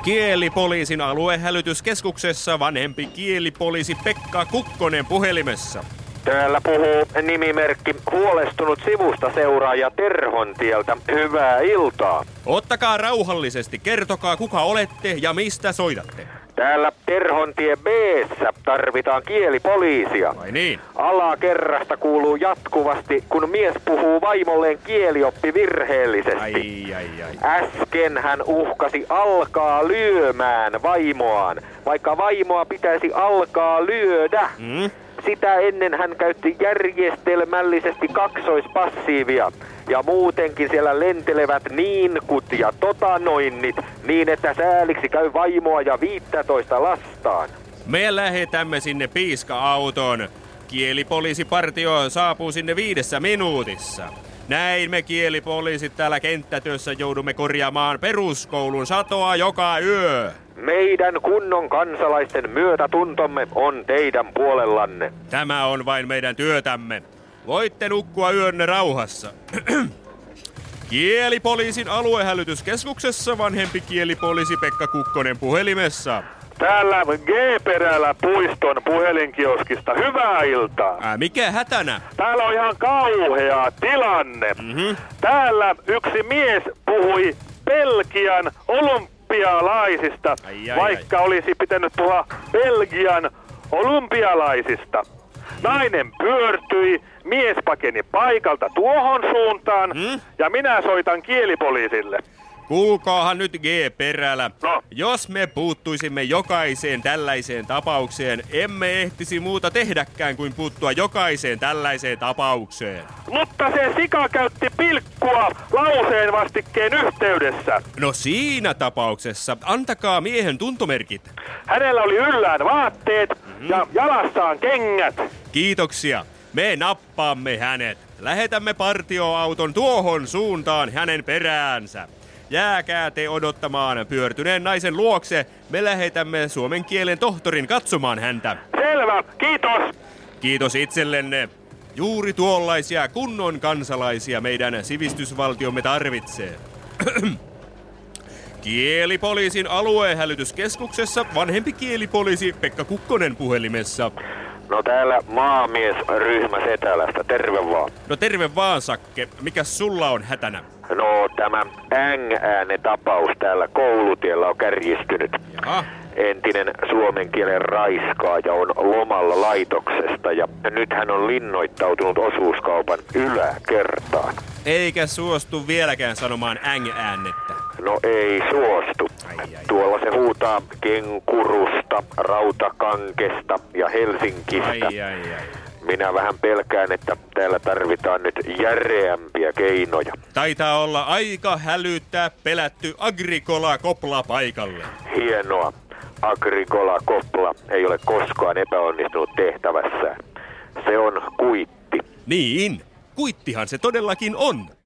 Kielipoliisin aluehälytyskeskuksessa vanhempi kielipoliisi Pekka Kukkonen puhelimessa. Täällä puhuu nimimerkki huolestunut sivusta seuraaja Terhontieltä. Hyvää iltaa. Ottakaa rauhallisesti, kertokaa kuka olette ja mistä soitatte. Täällä Terhontie B:ssä tarvitaan kielipoliisia. Vai niin? Alakerrasta kuuluu jatkuvasti, kun mies puhuu vaimolleen kielioppi virheellisesti. Äsken hän uhkasi alkaa lyömään vaimoaan, vaikka vaimoa pitäisi alkaa lyödä. Sitä ennen hän käytti järjestelmällisesti kaksoispassiivia. Ja muutenkin siellä lentelevät niinkut ja totanoinnit niin, että sääliksi käy vaimoa ja 15 lastaan. Me lähetämme sinne piiska-auton. Kielipoliisipartio saapuu sinne 5 minuutissa. Näin me kielipoliisit täällä kenttätyössä joudumme korjaamaan peruskoulun satoa joka yö. Meidän kunnon kansalaisten myötätuntomme on teidän puolellanne. Tämä on vain meidän työtämme. Voitte nukkua yönne rauhassa. Kielipoliisin aluehälytyskeskuksessa vanhempi kielipoliisi Pekka Kukkonen puhelimessa. Täällä G-perällä puiston puhelinkioskista. Hyvää iltaa. Mikä hätänä? Täällä on ihan kauhea tilanne. Täällä yksi mies puhui Belgian olympialaisista, vaikka olisi pitänyt puhua Belgian olympialaisista. Nainen pyörtyi, mies pakeni paikalta tuohon suuntaan ja minä soitan kielipoliisille. Kuulkaahan nyt G-perällä. No. Jos me puuttuisimme jokaiseen tällaiseen tapaukseen, emme ehtisi muuta tehdäkään kuin puuttua jokaiseen tällaiseen tapaukseen. Mutta se sika käytti pilkkua lauseen vastikkeen yhteydessä. No siinä tapauksessa antakaa miehen tuntomerkit. Hänellä oli yllään vaatteet ja jalassaan kengät. Kiitoksia. Me nappaamme hänet. Lähetämme partioauton tuohon suuntaan hänen peräänsä. Jääkää te odottamaan pyörtyneen naisen luokse. Me lähetämme suomen kielen tohtorin katsomaan häntä. Selvä, kiitos. Kiitos itsellenne. Juuri tuollaisia kunnon kansalaisia meidän sivistysvaltiomme tarvitsee. Kielipoliisin aluehälytyskeskuksessa vanhempi kielipoliisi Pekka Kukkonen puhelimessa. No täällä maamiesryhmä Setälästä, terve vaan. No terve vaan, Sakke. Mikäs sulla on hätänä? No tämä äng-ääne-tapaus täällä koulutiellä on kärjistynyt. Jaha. Entinen suomen kielen raiskaaja on lomalla laitoksesta ja nyt hän on linnoittautunut osuuskaupan yläkertaan. Eikä suostu vieläkään sanomaan äng-äännettä. No ei suostu. Tuolla se huutaa kenkurusta, rautakankesta ja Helsingistä. Minä vähän pelkään, että täällä tarvitaan nyt järeämpiä keinoja. Taitaa olla aika hälyttää pelätty Agricola-kopla paikalle. Hienoa. Agricola-kopla ei ole koskaan epäonnistunut tehtävässään. Se on kuitti. Niin, kuittihan se todellakin on.